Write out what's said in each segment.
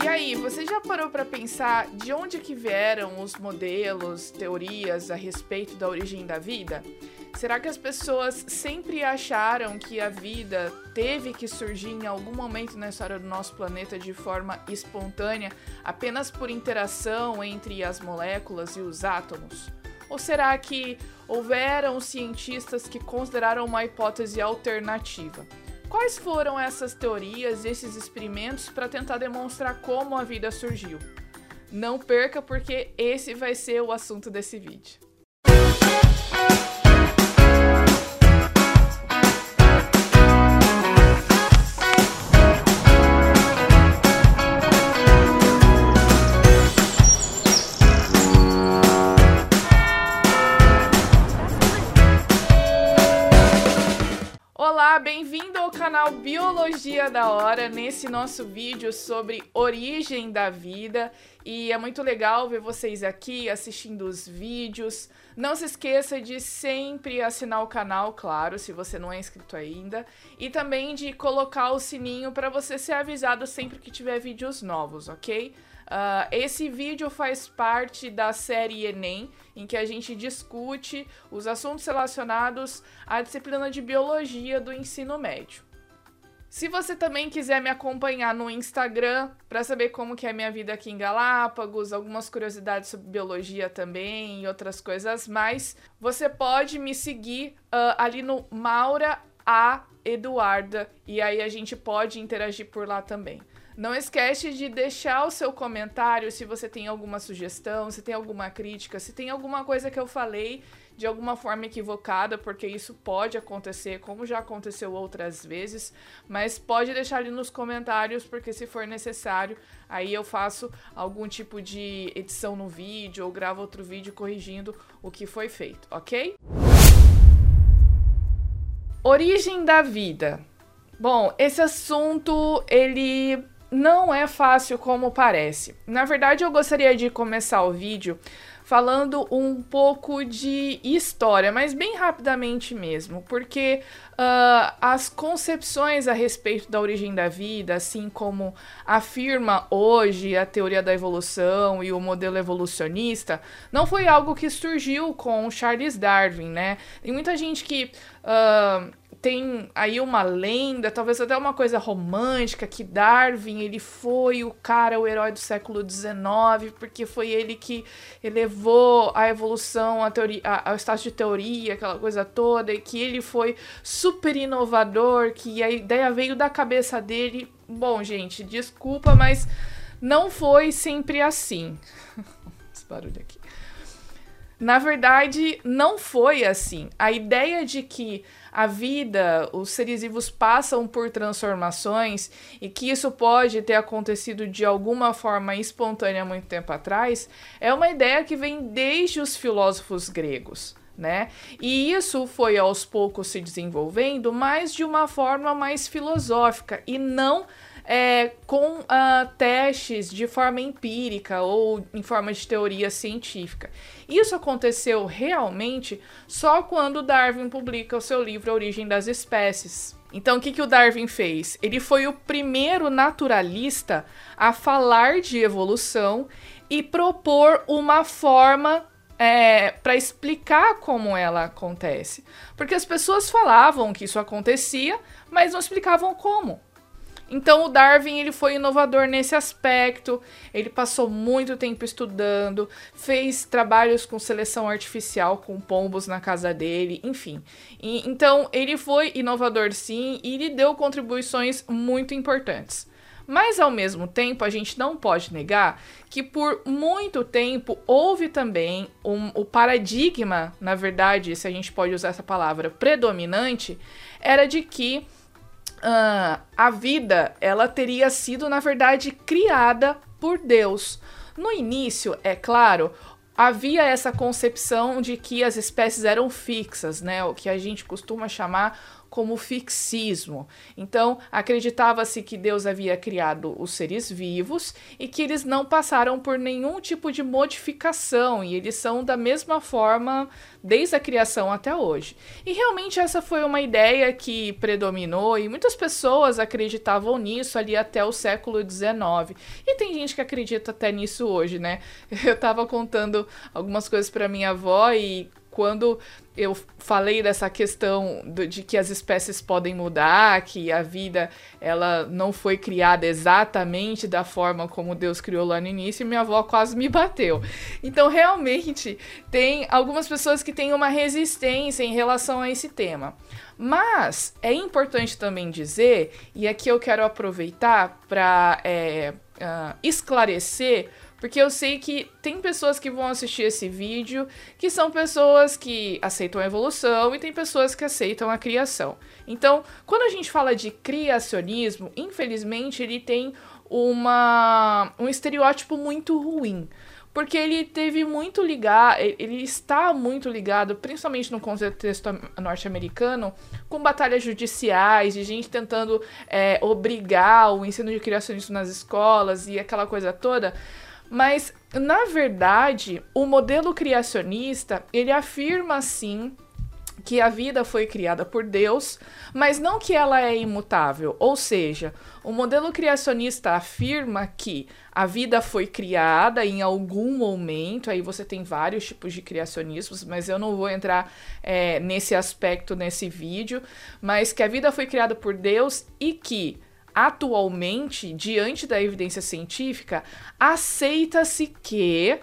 E aí, você já parou para pensar de onde que vieram os modelos, teorias a respeito da origem da vida? Será que as pessoas sempre acharam que a vida teve que surgir em algum momento na história do nosso planeta de forma espontânea, apenas por interação entre as moléculas e os átomos? Ou será que houveram cientistas que consideraram uma hipótese alternativa? Quais foram essas teorias e esses experimentos para tentar demonstrar como a vida surgiu? Não perca, porque esse vai ser o assunto desse vídeo. Olá, bem-vindo ao canal Biologia da Hora, nesse nosso vídeo sobre origem da vida. E é muito legal ver vocês aqui assistindo os vídeos. Não se esqueça de sempre assinar o canal, claro, se você não é inscrito ainda. E também de colocar o sininho para você ser avisado sempre que tiver vídeos novos, ok? Esse vídeo faz parte da série Enem, em que a gente discute os assuntos relacionados à disciplina de Biologia do ensino médio. Se você também quiser me acompanhar no Instagram para saber como que é a minha vida aqui em Galápagos, algumas curiosidades sobre biologia também e outras coisas mais, você pode me seguir ali no Maura A. Eduarda, e aí a gente pode interagir por lá também. Não esquece de deixar o seu comentário se você tem alguma sugestão, se tem alguma crítica, se tem alguma coisa que eu falei de alguma forma equivocada, porque isso pode acontecer, como já aconteceu outras vezes, mas pode deixar ali nos comentários, porque se for necessário, aí eu faço algum tipo de edição no vídeo ou gravo outro vídeo corrigindo o que foi feito, ok? Origem da vida. Bom, esse assunto, ele não é fácil como parece. Na verdade, eu gostaria de começar o vídeo falando um pouco de história, mas bem rapidamente mesmo, porque as concepções a respeito da origem da vida, assim como afirma hoje a teoria da evolução e o modelo evolucionista, não foi algo que surgiu com Charles Darwin, né? Tem muita gente que tem aí uma lenda, talvez até uma coisa romântica, que Darwin, ele foi o cara, o herói do século XIX, porque foi ele que elevou a evolução ao estágio de teoria, aquela coisa toda, e que ele foi super inovador, que a ideia veio da cabeça dele. Bom, gente, desculpa, mas não foi sempre assim. Esse barulho aqui. Na verdade, não foi assim. A ideia de que a vida, os seres vivos passam por transformações e que isso pode ter acontecido de alguma forma espontânea há muito tempo atrás, é uma ideia que vem desde os filósofos gregos, né? E isso foi aos poucos se desenvolvendo, mas de uma forma mais filosófica e não com testes de forma empírica ou em forma de teoria científica. Isso aconteceu realmente só quando Darwin publica o seu livro A Origem das Espécies. Então, o que o Darwin fez? Ele foi o primeiro naturalista a falar de evolução e propor uma forma para explicar como ela acontece. Porque as pessoas falavam que isso acontecia, mas não explicavam como. Então o Darwin, ele foi inovador nesse aspecto, ele passou muito tempo estudando, fez trabalhos com seleção artificial com pombos na casa dele, enfim. Então ele foi inovador sim e ele deu contribuições muito importantes. Mas ao mesmo tempo a gente não pode negar que por muito tempo houve também o paradigma, na verdade, se a gente pode usar essa palavra, predominante, era de que a vida, ela teria sido, na verdade, criada por Deus. No início, é claro, havia essa concepção de que as espécies eram fixas, né? O que a gente costuma chamar como fixismo. Então, acreditava-se que Deus havia criado os seres vivos e que eles não passaram por nenhum tipo de modificação, e eles são da mesma forma desde a criação até hoje. E realmente essa foi uma ideia que predominou, e muitas pessoas acreditavam nisso ali até o século XIX. E tem gente que acredita até nisso hoje, né? Eu tava contando algumas coisas para minha avó, e quando eu falei dessa questão de que as espécies podem mudar, que a vida ela não foi criada exatamente da forma como Deus criou lá no início, minha avó quase me bateu. Então, realmente, tem algumas pessoas que têm uma resistência em relação a esse tema. Mas é importante também dizer, e aqui eu quero aproveitar para esclarecer, porque eu sei que tem pessoas que vão assistir esse vídeo que são pessoas que aceitam a evolução e tem pessoas que aceitam a criação. Então, quando a gente fala de criacionismo, infelizmente ele tem um estereótipo muito ruim. Porque ele está muito ligado, principalmente no contexto norte-americano, com batalhas judiciais, de gente tentando obrigar o ensino de criacionismo nas escolas e aquela coisa toda. Mas, na verdade, o modelo criacionista, ele afirma, sim, que a vida foi criada por Deus, mas não que ela é imutável. Ou seja, o modelo criacionista afirma que a vida foi criada em algum momento, aí você tem vários tipos de criacionismos, mas eu não vou entrar nesse aspecto nesse vídeo, mas que a vida foi criada por Deus e que atualmente, diante da evidência científica, aceita-se que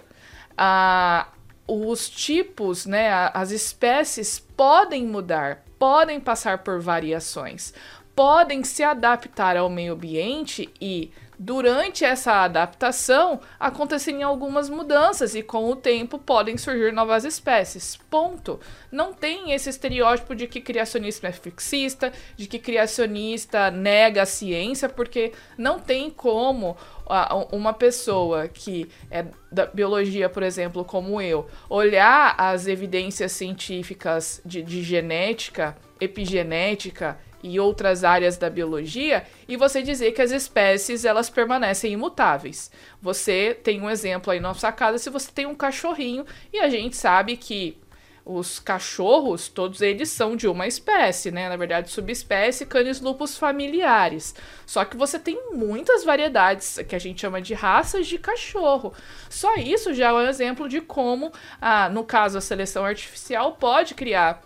os tipos, né, as espécies podem mudar, podem passar por variações, podem se adaptar ao meio ambiente e, durante essa adaptação, acontecerem algumas mudanças e, com o tempo, podem surgir novas espécies. Ponto. Não tem esse estereótipo de que criacionismo é fixista, de que criacionista nega a ciência, porque não tem como uma pessoa que é da biologia, por exemplo, como eu, olhar as evidências científicas de genética, epigenética e outras áreas da biologia, e você dizer que as espécies, elas permanecem imutáveis. Você tem um exemplo aí na nossa casa, se você tem um cachorrinho, e a gente sabe que os cachorros, todos eles são de uma espécie, né? Na verdade, subespécie Canis lupus familiaris. Só que você tem muitas variedades, que a gente chama de raças de cachorro. Só isso já é um exemplo de como, no caso, a seleção artificial pode criar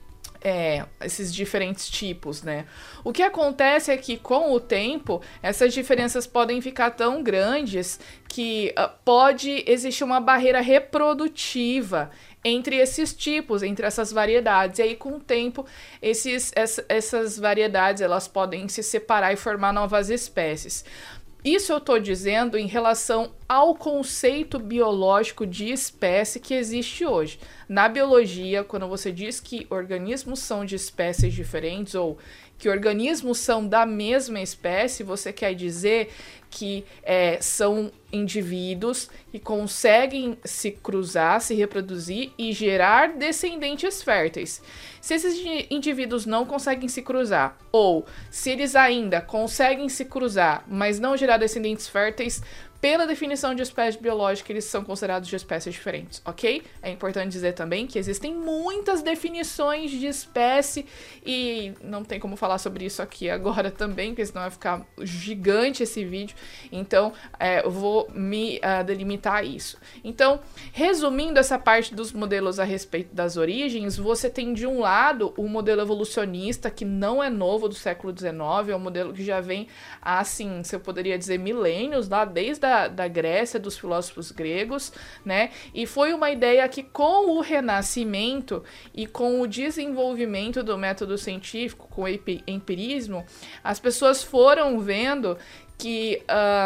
esses diferentes tipos, né? O que acontece é que, com o tempo, essas diferenças podem ficar tão grandes que pode existir uma barreira reprodutiva entre esses tipos, entre essas variedades. E aí, com o tempo, essas variedades elas podem se separar e formar novas espécies. Isso eu estou dizendo em relação ao conceito biológico de espécie que existe hoje. Na biologia, quando você diz que organismos são de espécies diferentes ou que organismos são da mesma espécie, você quer dizer que são indivíduos que conseguem se cruzar, se reproduzir e gerar descendentes férteis. Se esses indivíduos não conseguem se cruzar, ou se eles ainda conseguem se cruzar, mas não gerar descendentes férteis, pela definição de espécie biológica, eles são considerados de espécies diferentes, ok? É importante dizer também que existem muitas definições de espécie e não tem como falar sobre isso aqui agora também, porque senão vai ficar gigante esse vídeo. Então, eu vou me delimitar a isso. Então, resumindo essa parte dos modelos a respeito das origens, você tem de um lado o modelo evolucionista, que não é novo, do século XIX, é um modelo que já vem há, assim, se eu poderia dizer, milênios, lá desde da Grécia, dos filósofos gregos, né? E foi uma ideia que, com o Renascimento e com o desenvolvimento do método científico, com o empirismo, as pessoas foram vendo que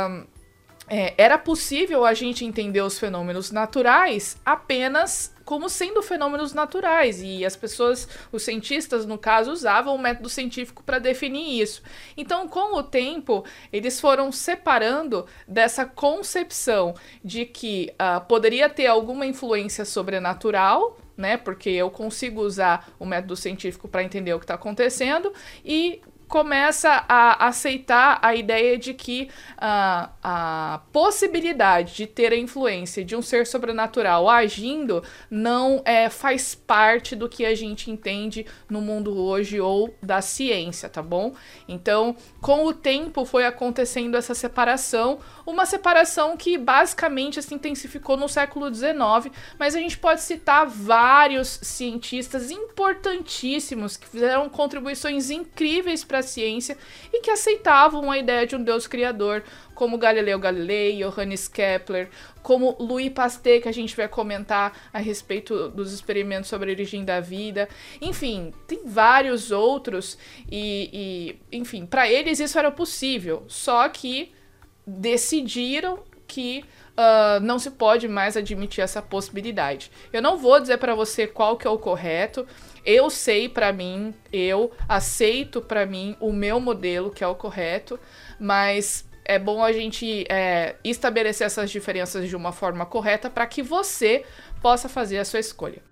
era possível a gente entender os fenômenos naturais apenas como sendo fenômenos naturais, e as pessoas, os cientistas, no caso, usavam o método científico para definir isso. Então, com o tempo, eles foram separando dessa concepção de que poderia ter alguma influência sobrenatural, né? Porque eu consigo usar o método científico para entender o que está acontecendo e começa a aceitar a ideia de que a possibilidade de ter a influência de um ser sobrenatural agindo não faz parte do que a gente entende no mundo hoje ou da ciência, tá bom? Então, com o tempo foi acontecendo essa separação, uma separação que basicamente se intensificou no século XIX, mas a gente pode citar vários cientistas importantíssimos que fizeram contribuições incríveis para a ciência e que aceitavam a ideia de um Deus criador, como Galileu Galilei, Johannes Kepler, como Louis Pasteur, que a gente vai comentar a respeito dos experimentos sobre a origem da vida. Enfim, tem vários outros enfim, para eles isso era possível, só que decidiram que não se pode mais admitir essa possibilidade. Eu não vou dizer para você qual que é o correto. Eu sei para mim, eu aceito para mim o meu modelo que é o correto, mas é bom a gente estabelecer essas diferenças de uma forma correta para que você possa fazer a sua escolha.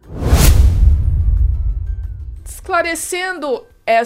Esclarecendo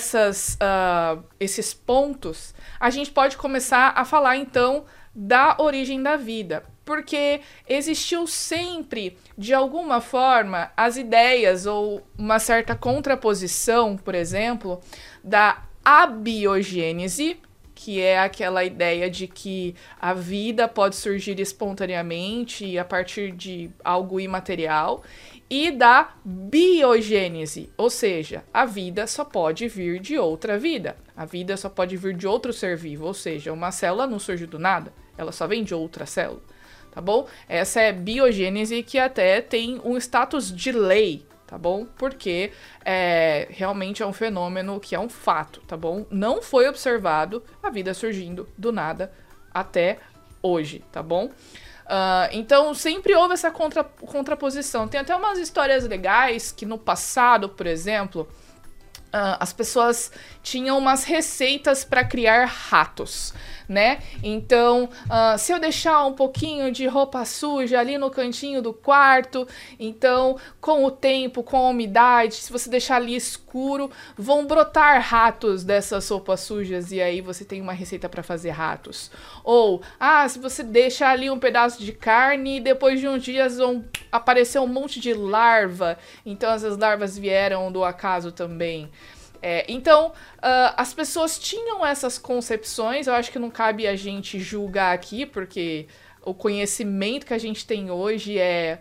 esses pontos, a gente pode começar a falar então da origem da vida, porque existiu sempre, de alguma forma, as ideias ou uma certa contraposição, por exemplo, da abiogênese, que é aquela ideia de que a vida pode surgir espontaneamente a partir de algo imaterial, e da biogênese, ou seja, a vida só pode vir de outra vida, a vida só pode vir de outro ser vivo, ou seja, uma célula não surge do nada, ela só vem de outra célula, tá bom? Essa é biogênese, que até tem um status de lei, tá bom? Porque realmente é um fenômeno que é um fato, tá bom? Não foi observado a vida surgindo do nada até hoje, tá bom? Então sempre houve essa contraposição. Tem até umas histórias legais que no passado, por exemplo, as pessoas tinham umas receitas para criar ratos, né? Então, se eu deixar um pouquinho de roupa suja ali no cantinho do quarto, então, com o tempo, com a umidade, se você deixar ali escuro, vão brotar ratos dessas roupas sujas e aí você tem uma receita para fazer ratos. Ou, se você deixar ali um pedaço de carne, depois de uns dias vão aparecer um monte de larva, então essas larvas vieram do acaso também. Então, as pessoas tinham essas concepções, eu acho que não cabe a gente julgar aqui, porque o conhecimento que a gente tem hoje é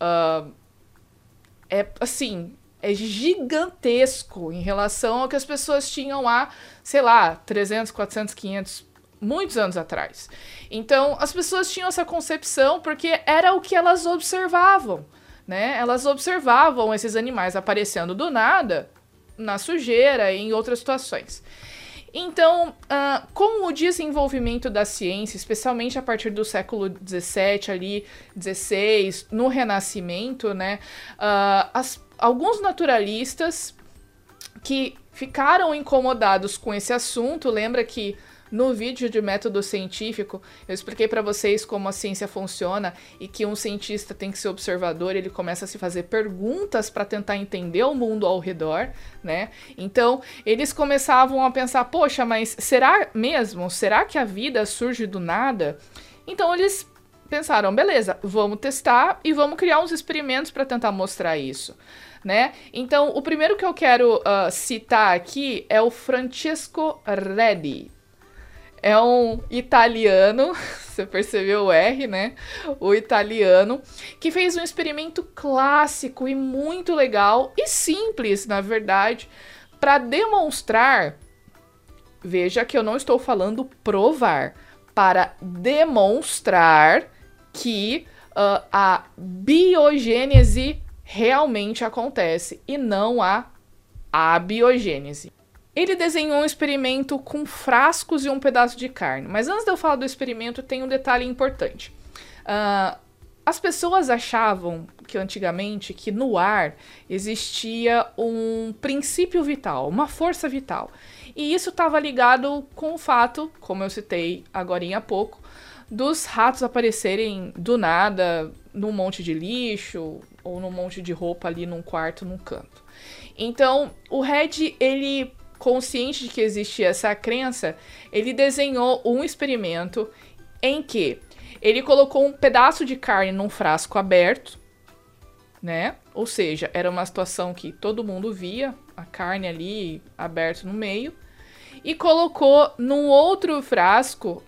gigantesco em relação ao que as pessoas tinham há, sei lá, 300, 400, 500, muitos anos atrás. Então, as pessoas tinham essa concepção porque era o que elas observavam, né? Elas observavam esses animais aparecendo do nada, na sujeira e em outras situações. Então, com o desenvolvimento da ciência, especialmente a partir do século XVII, ali, XVI, no Renascimento, né, alguns naturalistas que ficaram incomodados com esse assunto, lembra que no vídeo de método científico, eu expliquei para vocês como a ciência funciona e que um cientista tem que ser observador, ele começa a se fazer perguntas para tentar entender o mundo ao redor, né? Então, eles começavam a pensar, poxa, mas será mesmo? Será que a vida surge do nada? Então, eles pensaram, beleza, vamos testar e vamos criar uns experimentos para tentar mostrar isso, né? Então, o primeiro que eu quero citar aqui é o Francesco Redi. É um italiano, você percebeu o R, né? O italiano, que fez um experimento clássico e muito legal e simples, na verdade, para demonstrar, veja que eu não estou falando provar, para demonstrar que a biogênese realmente acontece e não a abiogênese. Ele desenhou um experimento com frascos e um pedaço de carne. Mas antes de eu falar do experimento, tem um detalhe importante. As pessoas achavam que antigamente que no ar existia um princípio vital, uma força vital. E isso estava ligado com o fato, como eu citei agorinha há pouco, dos ratos aparecerem do nada num monte de lixo ou num monte de roupa ali num quarto, num canto. Então, o Red, ele, consciente de que existia essa crença, ele desenhou um experimento em que ele colocou um pedaço de carne num frasco aberto, né? Ou seja, era uma situação que todo mundo via, a carne ali aberta no meio, e colocou num outro frasco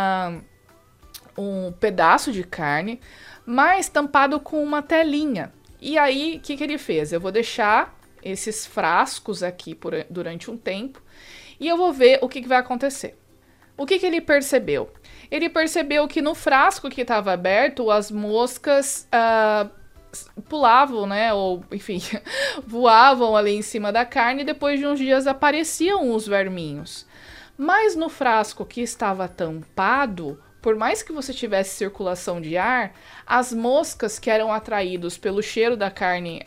um pedaço de carne, mas tampado com uma telinha. E aí, o que ele fez? Eu vou deixar esses frascos aqui durante um tempo e eu vou ver o que vai acontecer. O que ele percebeu? Ele percebeu que no frasco que estava aberto, as moscas pulavam, né? Ou, enfim, voavam ali em cima da carne e depois de uns dias apareciam os verminhos. Mas no frasco que estava tampado, por mais que você tivesse circulação de ar, as moscas que eram atraídas pelo cheiro da carne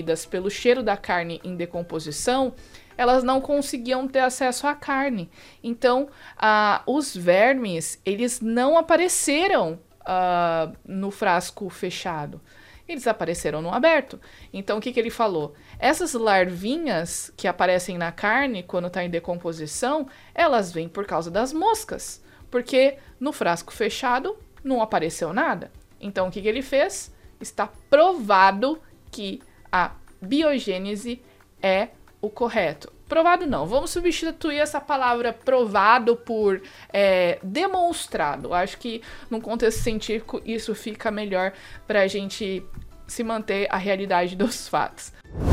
em decomposição, elas não conseguiam ter acesso à carne. Então, os vermes, eles não apareceram no frasco fechado. Eles apareceram no aberto. Então, o que ele falou? Essas larvinhas que aparecem na carne quando está em decomposição, elas vêm por causa das moscas. Porque no frasco fechado não apareceu nada. Então, o que ele fez? Está provado que a biogênese é o correto. Provado não. Vamos substituir essa palavra provado por demonstrado. Acho que num contexto científico isso fica melhor para a gente se manter a realidade dos fatos.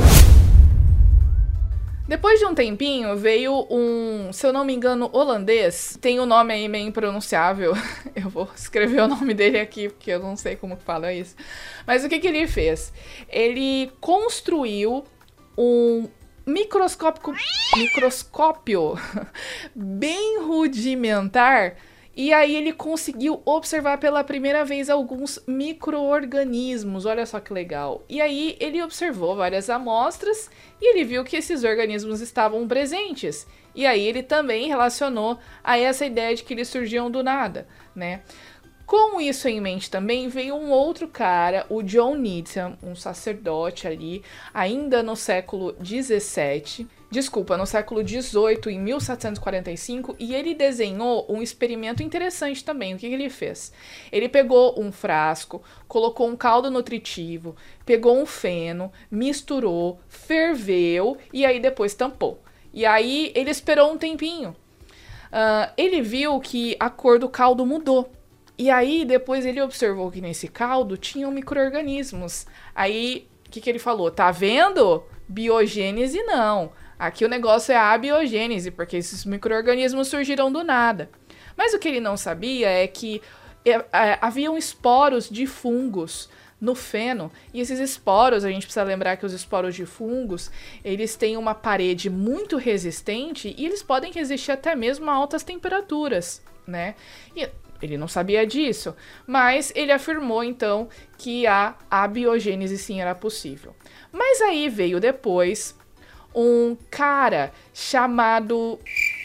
Depois de um tempinho, veio se eu não me engano, holandês. Tem um nome aí meio impronunciável. Eu vou escrever o nome dele aqui, porque eu não sei como que fala isso. Mas o que ele fez? Ele construiu um microscópio bem rudimentar. E aí ele conseguiu observar pela primeira vez alguns micro-organismos, olha só que legal. E aí ele observou várias amostras e ele viu que esses organismos estavam presentes. E aí ele também relacionou a essa ideia de que eles surgiam do nada, né? Com isso em mente também veio um outro cara, o John Needham, um sacerdote ali, ainda no século XVII, no século XVIII, em 1745, e ele desenhou um experimento interessante também. O que ele fez? Ele pegou um frasco, colocou um caldo nutritivo, pegou um feno, misturou, ferveu e aí depois tampou. E aí ele esperou um tempinho. Ele viu que a cor do caldo mudou. E aí, depois ele observou que nesse caldo tinham micro-organismos. Aí, o que ele falou? Tá vendo? Biogênese não. Aqui o negócio é a abiogênese, porque esses micro-organismos surgiram do nada. Mas o que ele não sabia é que haviam esporos de fungos no feno. E esses esporos, a gente precisa lembrar que os esporos de fungos, eles têm uma parede muito resistente e eles podem resistir até mesmo a altas temperaturas, né? E ele não sabia disso, mas ele afirmou, então, que a abiogênese sim era possível. Mas aí veio depois um cara chamado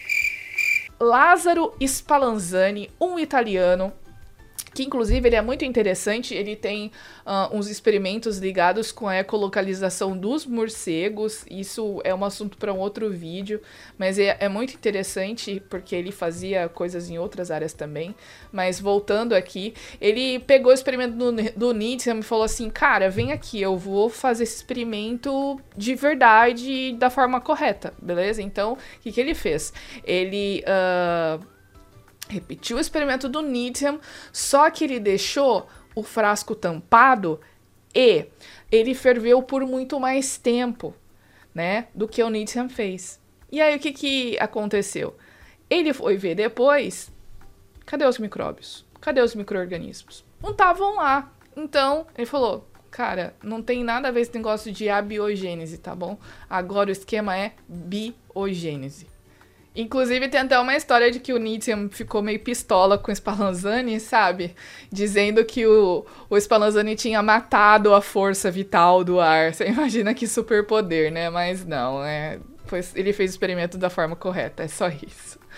Lazzaro Spallanzani, um italiano, que inclusive ele é muito interessante, ele tem uns experimentos ligados com a ecolocalização dos morcegos. Isso é um assunto para um outro vídeo, mas é muito interessante porque ele fazia coisas em outras áreas também. Mas voltando aqui, ele pegou o experimento do Needham e falou assim, cara, vem aqui, eu vou fazer esse experimento de verdade da forma correta, beleza? Então, o que ele fez? Ele repetiu o experimento do Needham, só que ele deixou o frasco tampado e ele ferveu por muito mais tempo, né, do que o Needham fez. E aí o que aconteceu? Ele foi ver depois, cadê os micróbios? Cadê os micro-organismos? Não estavam lá. Então, ele falou, cara, não tem nada a ver esse negócio de abiogênese, tá bom? Agora o esquema é biogênese. Inclusive, tem até uma história de que o Needham ficou meio pistola com o Spallanzani, sabe? Dizendo que o Spallanzani tinha matado a força vital do ar. Você imagina que superpoder, né? Mas não, ele fez o experimento da forma correta, é só isso.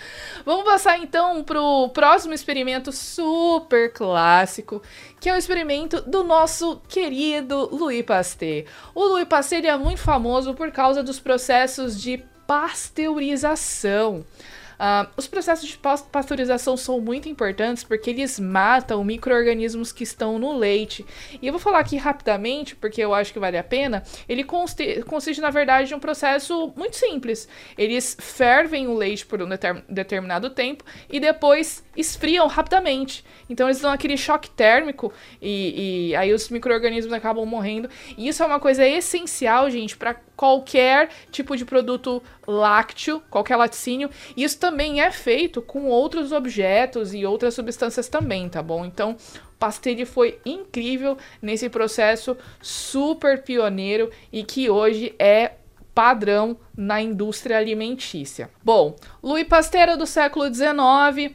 Vamos passar então pro próximo experimento super clássico, que é o experimento do nosso querido Louis Pasteur. O Louis Pasteur ele é muito famoso por causa dos processos de pasteurização. Os processos de pasteurização são muito importantes porque eles matam micro-organismos que estão no leite. E eu vou falar aqui rapidamente, porque eu acho que vale a pena. Ele consiste, na verdade, de um processo muito simples. Eles fervem o leite por um determinado tempo e depois esfriam rapidamente. Então eles dão aquele choque térmico e aí os micro-organismos acabam morrendo. E isso é uma coisa essencial, gente, para qualquer tipo de produto lácteo, qualquer laticínio. Isso também é feito com outros objetos e outras substâncias também, tá bom? Então, o Pasteur ele foi incrível nesse processo, super pioneiro e que hoje é padrão na indústria alimentícia. Bom, Louis Pasteur era do século XIX,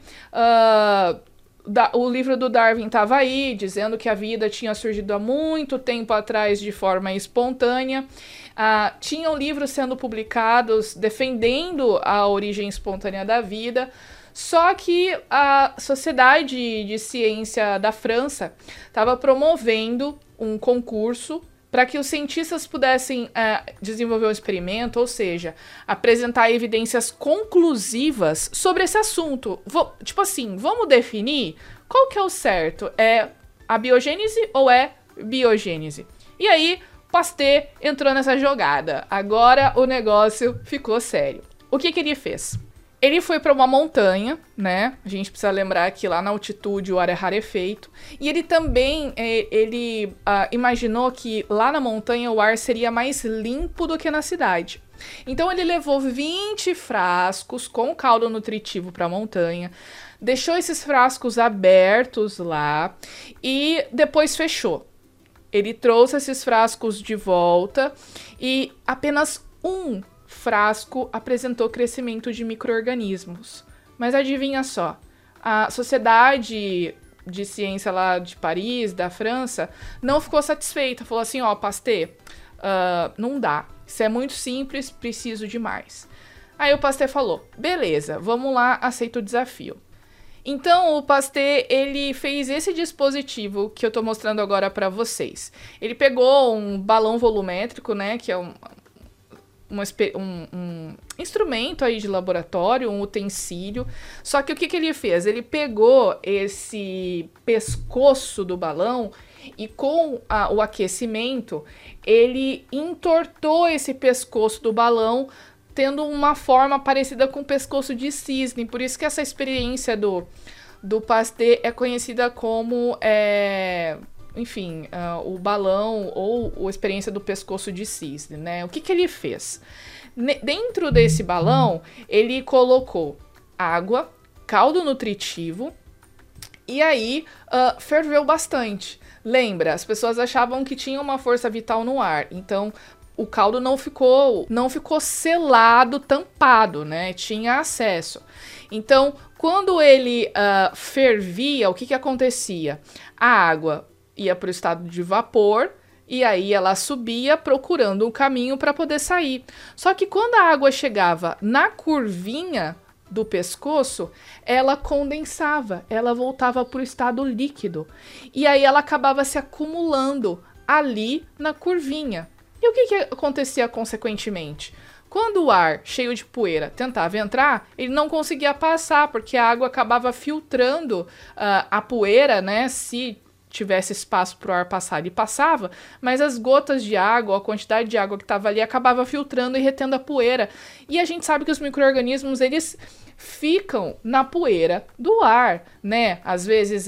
o livro do Darwin estava aí, dizendo que a vida tinha surgido há muito tempo atrás de forma espontânea. Tinham livros sendo publicados defendendo a origem espontânea da vida, só que a Sociedade de Ciência da França estava promovendo um concurso para que os cientistas pudessem desenvolver um experimento, ou seja, apresentar evidências conclusivas sobre esse assunto. Tipo assim, vamos definir qual que é o certo? É a biogênese ou é biogênese? E aí, Pasteur entrou nessa jogada. Agora o negócio ficou sério. O que ele fez? Ele foi para uma montanha, né? A gente precisa lembrar que lá na altitude o ar é rarefeito. E ele também, imaginou que lá na montanha o ar seria mais limpo do que na cidade. Então ele levou 20 frascos com caldo nutritivo para a montanha, deixou esses frascos abertos lá e depois fechou. Ele trouxe esses frascos de volta e apenas um frasco apresentou crescimento de micro-organismos. Mas adivinha só, a Sociedade de Ciência lá de Paris, da França, não ficou satisfeita. Falou assim, Pasteur, não dá. Isso é muito simples, preciso de mais. Aí o Pasteur falou, beleza, vamos lá, aceito o desafio. Então, o Pasteur, ele fez esse dispositivo que eu tô mostrando agora para vocês. Ele pegou um balão volumétrico, né, que é um instrumento aí de laboratório, um utensílio. Só que o que ele fez? Ele pegou esse pescoço do balão e com o aquecimento, ele entortou esse pescoço do balão, tendo uma forma parecida com o pescoço de cisne. Por isso que essa experiência do Pasteur é conhecida como, o balão ou a experiência do pescoço de cisne, né? O que ele fez? Dentro desse balão, ele colocou água, caldo nutritivo e aí ferveu bastante. Lembra, as pessoas achavam que tinha uma força vital no ar, então o caldo não ficou selado, tampado, né? Tinha acesso. Então, quando ele fervia, o que acontecia? A água ia para o estado de vapor e aí ela subia procurando um caminho para poder sair. Só que quando a água chegava na curvinha do pescoço, ela condensava, ela voltava para o estado líquido. E aí ela acabava se acumulando ali na curvinha. E o que acontecia consequentemente? Quando o ar cheio de poeira tentava entrar, ele não conseguia passar, porque a água acabava filtrando a poeira, né? Se tivesse espaço para o ar passar, ele passava, mas as gotas de água, a quantidade de água que estava ali, acabava filtrando e retendo a poeira. E a gente sabe que os micro-organismos, eles ficam na poeira do ar, né? Às vezes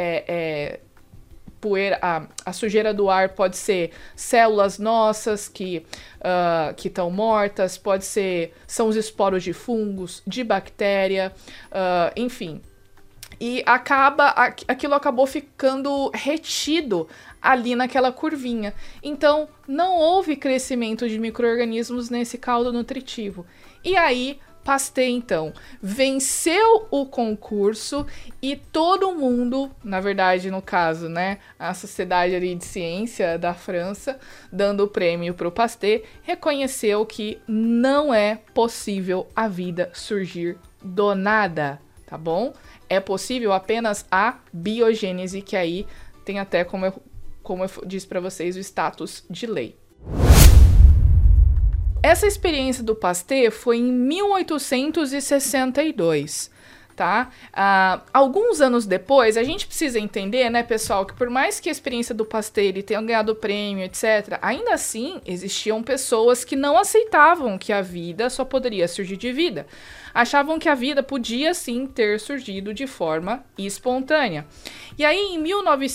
poeira, a sujeira do ar pode ser células nossas que estão mortas, são os esporos de fungos, de bactéria, enfim. E aquilo acabou ficando retido ali naquela curvinha. Então, não houve crescimento de micro-organismos nesse caldo nutritivo. E aí, Pasteur, então, venceu o concurso e todo mundo, na verdade, no caso, né, a Sociedade ali de Ciência da França, dando o prêmio para o Pasteur, reconheceu que não é possível a vida surgir do nada, tá bom? É possível apenas a biogênese, que aí tem até, como eu disse para vocês, o status de lei. Essa experiência do Pasteur foi em 1862, tá? Alguns anos depois, a gente precisa entender, né, pessoal, que por mais que a experiência do Pasteur ele tenha ganhado prêmio, etc., ainda assim existiam pessoas que não aceitavam que a vida só poderia surgir de vida. Achavam que a vida podia sim ter surgido de forma espontânea. E aí, em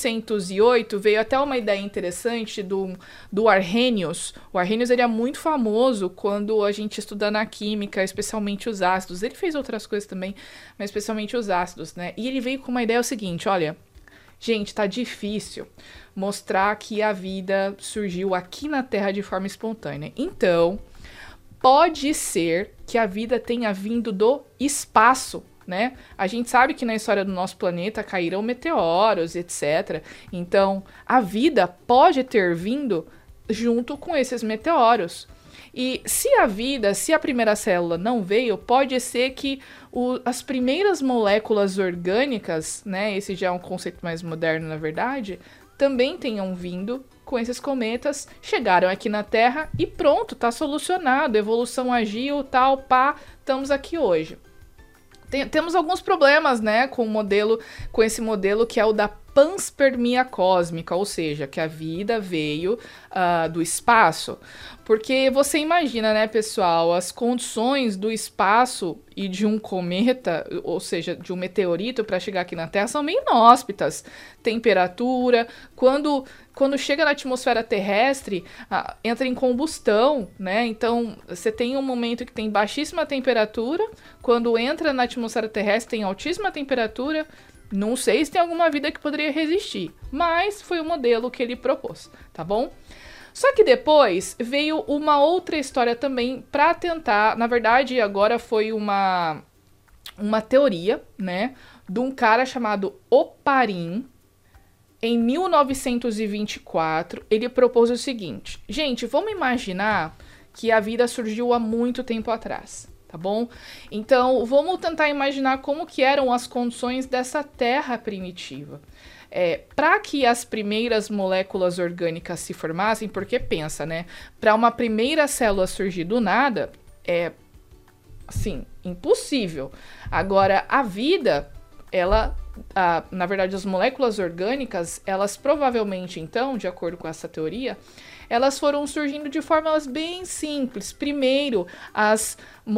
1908, veio até uma ideia interessante do Arrhenius. O Arrhenius ele é muito famoso quando a gente estuda na química, especialmente os ácidos. Ele fez outras coisas também, mas especialmente os ácidos, né? E ele veio com uma ideia o seguinte, olha, gente, tá difícil mostrar que a vida surgiu aqui na Terra de forma espontânea. Então, pode ser que a vida tenha vindo do espaço, né? A gente sabe que na história do nosso planeta caíram meteoros, etc. Então, a vida pode ter vindo junto com esses meteoros. E se a primeira célula não veio, pode ser que as primeiras moléculas orgânicas, né? Esse já é um conceito mais moderno, na verdade, também tenham vindo com esses cometas, chegaram aqui na Terra e pronto, tá solucionado, a evolução agiu, tal, pá, estamos aqui hoje. Temos alguns problemas, né, com esse modelo que é o da panspermia cósmica, ou seja, que a vida veio do espaço. Porque você imagina, né, pessoal, as condições do espaço e de um cometa, ou seja, de um meteorito para chegar aqui na Terra são meio inóspitas. Temperatura, quando chega na atmosfera terrestre, entra em combustão, né? Então, você tem um momento que tem baixíssima temperatura, quando entra na atmosfera terrestre tem altíssima temperatura. Não sei se tem alguma vida que poderia resistir, mas foi o modelo que ele propôs, tá bom? Só que depois veio uma outra história também para tentar, na verdade agora foi uma teoria, né, de um cara chamado Oparin. Em 1924, ele propôs o seguinte, gente, vamos imaginar que a vida surgiu há muito tempo atrás. Tá bom? Então, vamos tentar imaginar como que eram as condições dessa Terra primitiva. Para que as primeiras moléculas orgânicas se formassem, porque pensa, né? Para uma primeira célula surgir do nada, é, assim, impossível. Agora, a vida, na verdade, as moléculas orgânicas, elas provavelmente, então, de acordo com essa teoria, elas foram surgindo de formas bem simples. Primeiro, as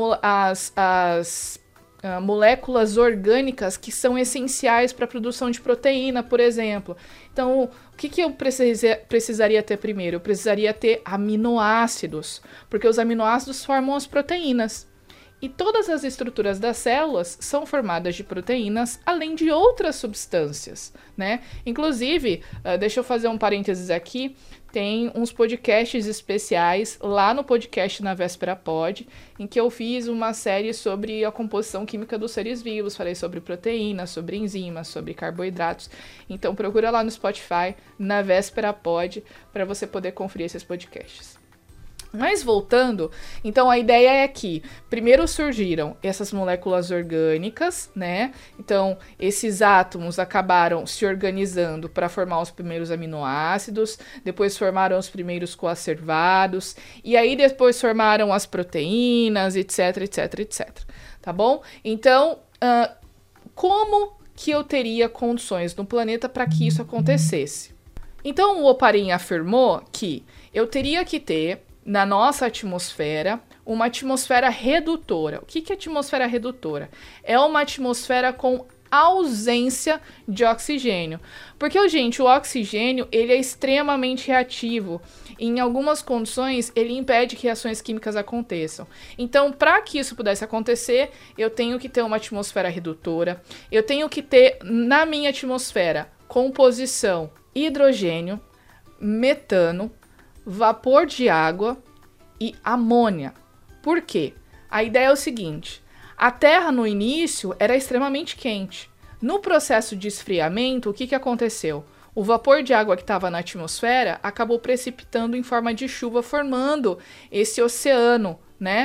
moléculas orgânicas que são essenciais para a produção de proteína, por exemplo. Então, o que eu precisaria ter primeiro? Eu precisaria ter aminoácidos, porque os aminoácidos formam as proteínas. E todas as estruturas das células são formadas de proteínas, além de outras substâncias, né? Inclusive, deixa eu fazer um parênteses aqui, tem uns podcasts especiais lá no podcast Na Véspera Pod, em que eu fiz uma série sobre a composição química dos seres vivos, falei sobre proteínas, sobre enzimas, sobre carboidratos. Então procura lá no Spotify, Na Véspera Pod, para você poder conferir esses podcasts. Mas voltando, então a ideia é que primeiro surgiram essas moléculas orgânicas, né? Então esses átomos acabaram se organizando para formar os primeiros aminoácidos, depois formaram os primeiros coacervados, e aí depois formaram as proteínas, etc, etc, etc. Tá bom? Então, como que eu teria condições no planeta para que isso acontecesse? Então o Oparin afirmou que eu teria que ter na nossa atmosfera, uma atmosfera redutora. O que é atmosfera redutora? É uma atmosfera com ausência de oxigênio. Porque, gente, o oxigênio ele é extremamente reativo. Em algumas condições, ele impede que reações químicas aconteçam. Então, para que isso pudesse acontecer, eu tenho que ter uma atmosfera redutora. Eu tenho que ter, na minha atmosfera, composição hidrogênio, metano, vapor de água e amônia. Por quê? A ideia é o seguinte, a Terra no início era extremamente quente. No processo de esfriamento, o que aconteceu? O vapor de água que estava na atmosfera acabou precipitando em forma de chuva, formando esse oceano, né?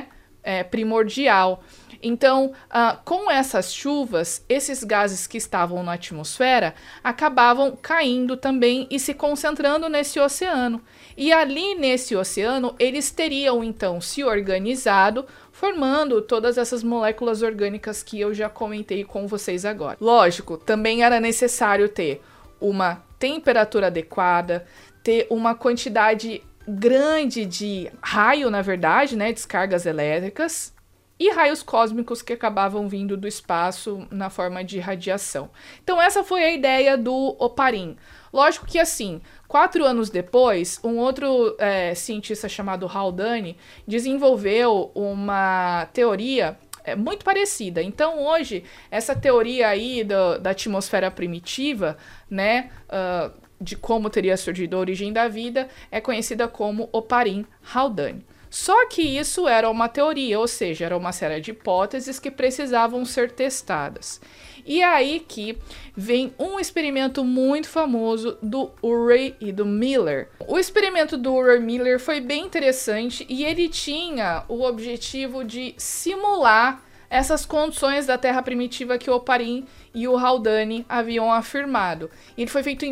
primordial. Então, com essas chuvas, esses gases que estavam na atmosfera acabavam caindo também e se concentrando nesse oceano. E ali nesse oceano, eles teriam então se organizado, formando todas essas moléculas orgânicas que eu já comentei com vocês agora. Lógico, também era necessário ter uma temperatura adequada, ter uma quantidade grande de raio, na verdade, né, descargas elétricas, e raios cósmicos que acabavam vindo do espaço na forma de radiação. Então essa foi a ideia do Oparin. Lógico que assim, 4 anos depois, um outro cientista chamado Haldane desenvolveu uma teoria muito parecida. Então hoje, essa teoria aí da atmosfera primitiva, né, de como teria surgido a origem da vida, é conhecida como Oparin-Haldane. Só que isso era uma teoria, ou seja, era uma série de hipóteses que precisavam ser testadas. E aí que vem um experimento muito famoso do Urey e do Miller. O experimento do Urey e Miller foi bem interessante e ele tinha o objetivo de simular essas condições da Terra primitiva que o Oparin e o Haldane haviam afirmado. Ele foi feito em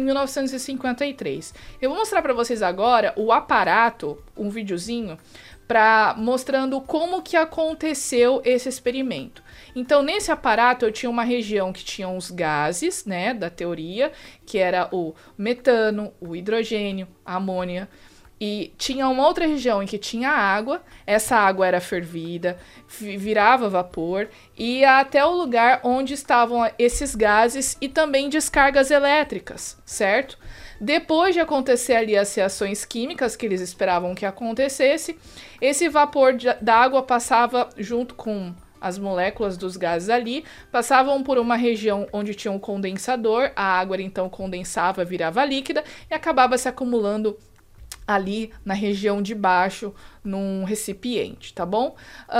1953. Eu vou mostrar para vocês agora o aparato, um videozinho, mostrando como que aconteceu esse experimento. Então, nesse aparato, eu tinha uma região que tinha os gases, né, da teoria, que era o metano, o hidrogênio, a amônia, e tinha uma outra região em que tinha água, essa água era fervida, virava vapor, e ia até o lugar onde estavam esses gases e também descargas elétricas, certo? Depois de acontecer ali as reações químicas que eles esperavam que acontecesse, esse vapor da água passava junto com as moléculas dos gases ali, passavam por uma região onde tinha um condensador, a água então condensava, virava líquida e acabava se acumulando ali na região de baixo, num recipiente, tá bom?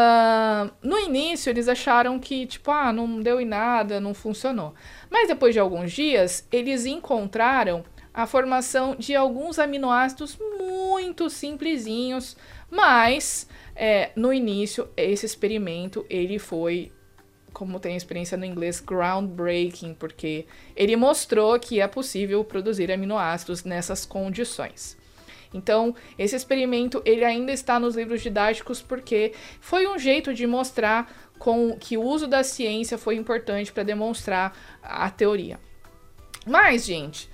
No início, eles acharam que, tipo, não deu em nada, não funcionou. Mas depois de alguns dias, eles encontraram a formação de alguns aminoácidos muito simplesinhos, mas no início, esse experimento, ele foi, como tem experiência no inglês, groundbreaking, porque ele mostrou que é possível produzir aminoácidos nessas condições. Então, esse experimento ele ainda está nos livros didáticos porque foi um jeito de mostrar que o uso da ciência foi importante para demonstrar a teoria. Mas, gente,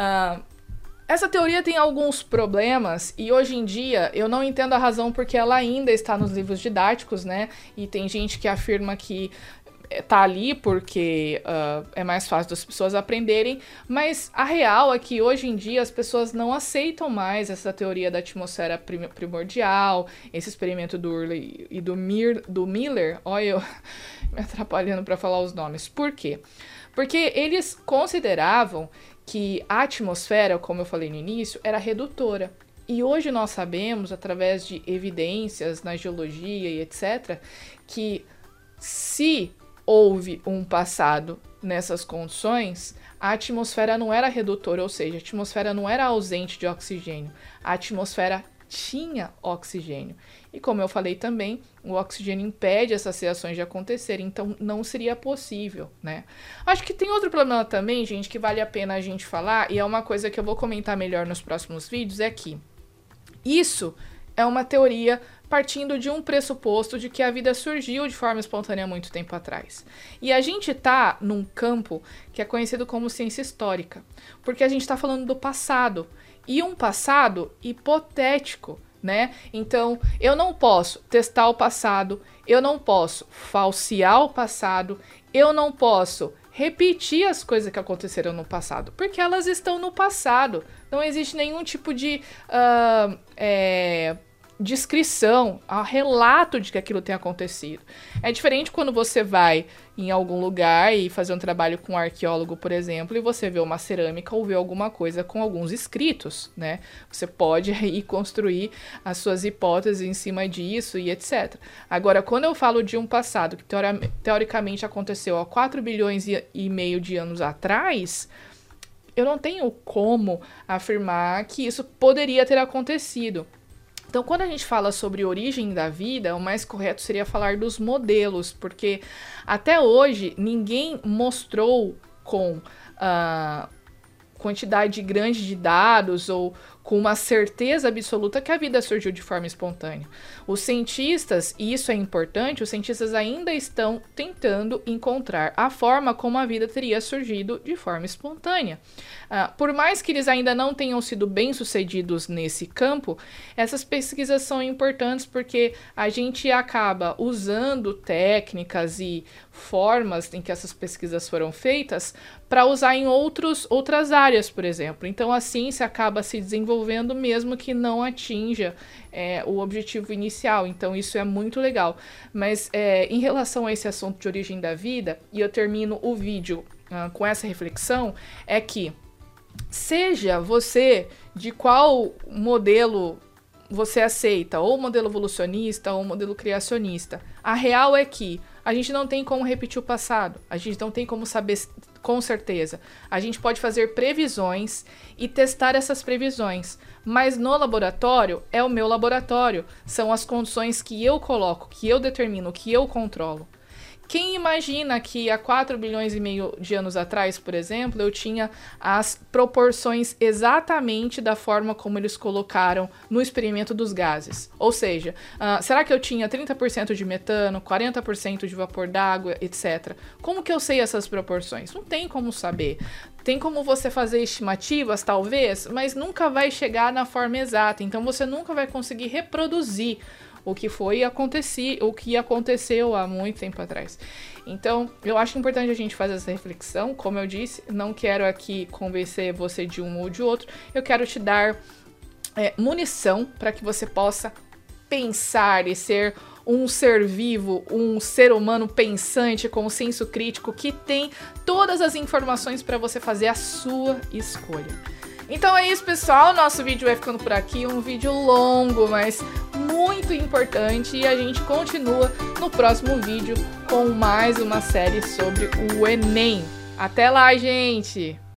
essa teoria tem alguns problemas e hoje em dia eu não entendo a razão porque ela ainda está nos livros didáticos, né? E tem gente que afirma que tá ali porque é mais fácil das pessoas aprenderem, mas a real é que hoje em dia as pessoas não aceitam mais essa teoria da atmosfera primordial, esse experimento do Urey e do Miller. Olha, eu me atrapalhando para falar os nomes. Por quê? Porque eles consideravam que a atmosfera, como eu falei no início, era redutora. E hoje nós sabemos, através de evidências na geologia e etc., que se houve um passado nessas condições, a atmosfera não era redutora, ou seja, a atmosfera não era ausente de oxigênio, a atmosfera tinha oxigênio. E como eu falei também, o oxigênio impede essas reações de acontecerem, então não seria possível, né? Acho que tem outro problema também, gente, que vale a pena a gente falar, e é uma coisa que eu vou comentar melhor nos próximos vídeos, é que isso é uma teoria partindo de um pressuposto de que a vida surgiu de forma espontânea há muito tempo atrás. E a gente tá num campo que é conhecido como ciência histórica, porque a gente tá falando do passado, e um passado hipotético, né? Então, eu não posso testar o passado, eu não posso falsear o passado, eu não posso repetir as coisas que aconteceram no passado, porque elas estão no passado. Não existe nenhum tipo de descrição, relato de que aquilo tenha acontecido. É diferente quando você vai em algum lugar e fazer um trabalho com um arqueólogo, por exemplo, e você vê uma cerâmica ou vê alguma coisa com alguns escritos, né? Você pode aí construir as suas hipóteses em cima disso e etc. Agora, quando eu falo de um passado que teoricamente aconteceu há 4 bilhões e meio de anos atrás, eu não tenho como afirmar que isso poderia ter acontecido. Então, quando a gente fala sobre origem da vida, o mais correto seria falar dos modelos, porque até hoje ninguém mostrou com quantidade grande de dados ou com uma certeza absoluta que a vida surgiu de forma espontânea. Os cientistas, e isso é importante, os cientistas ainda estão tentando encontrar a forma como a vida teria surgido de forma espontânea. Por mais que eles ainda não tenham sido bem-sucedidos nesse campo, essas pesquisas são importantes porque a gente acaba usando técnicas e formas em que essas pesquisas foram feitas para usar em outras áreas, por exemplo. Então, a ciência acaba se desenvolvendo mesmo que não atinja o objetivo inicial. Então, isso é muito legal. Mas, em relação a esse assunto de origem da vida, e eu termino o vídeo com essa reflexão, é que seja você de qual modelo você aceita, ou modelo evolucionista ou modelo criacionista, a real é que a gente não tem como repetir o passado, a gente não tem como saber com certeza. A gente pode fazer previsões e testar essas previsões, mas no laboratório é o meu laboratório, são as condições que eu coloco, que eu determino, que eu controlo. Quem imagina que há 4 bilhões e meio de anos atrás, por exemplo, eu tinha as proporções exatamente da forma como eles colocaram no experimento dos gases? Ou seja, será que eu tinha 30% de metano, 40% de vapor d'água, etc? Como que eu sei essas proporções? Não tem como saber. Tem como você fazer estimativas, talvez, mas nunca vai chegar na forma exata. Então você nunca vai conseguir reproduzir o que aconteceu há muito tempo atrás. Então, eu acho importante a gente fazer essa reflexão. Como eu disse, não quero aqui convencer você de um ou de outro. Eu quero te dar munição para que você possa pensar e ser um ser vivo, um ser humano pensante, com senso crítico, que tem todas as informações para você fazer a sua escolha. Então é isso, pessoal, nosso vídeo vai ficando por aqui, um vídeo longo, mas muito importante, e a gente continua no próximo vídeo com mais uma série sobre o Enem. Até lá, gente!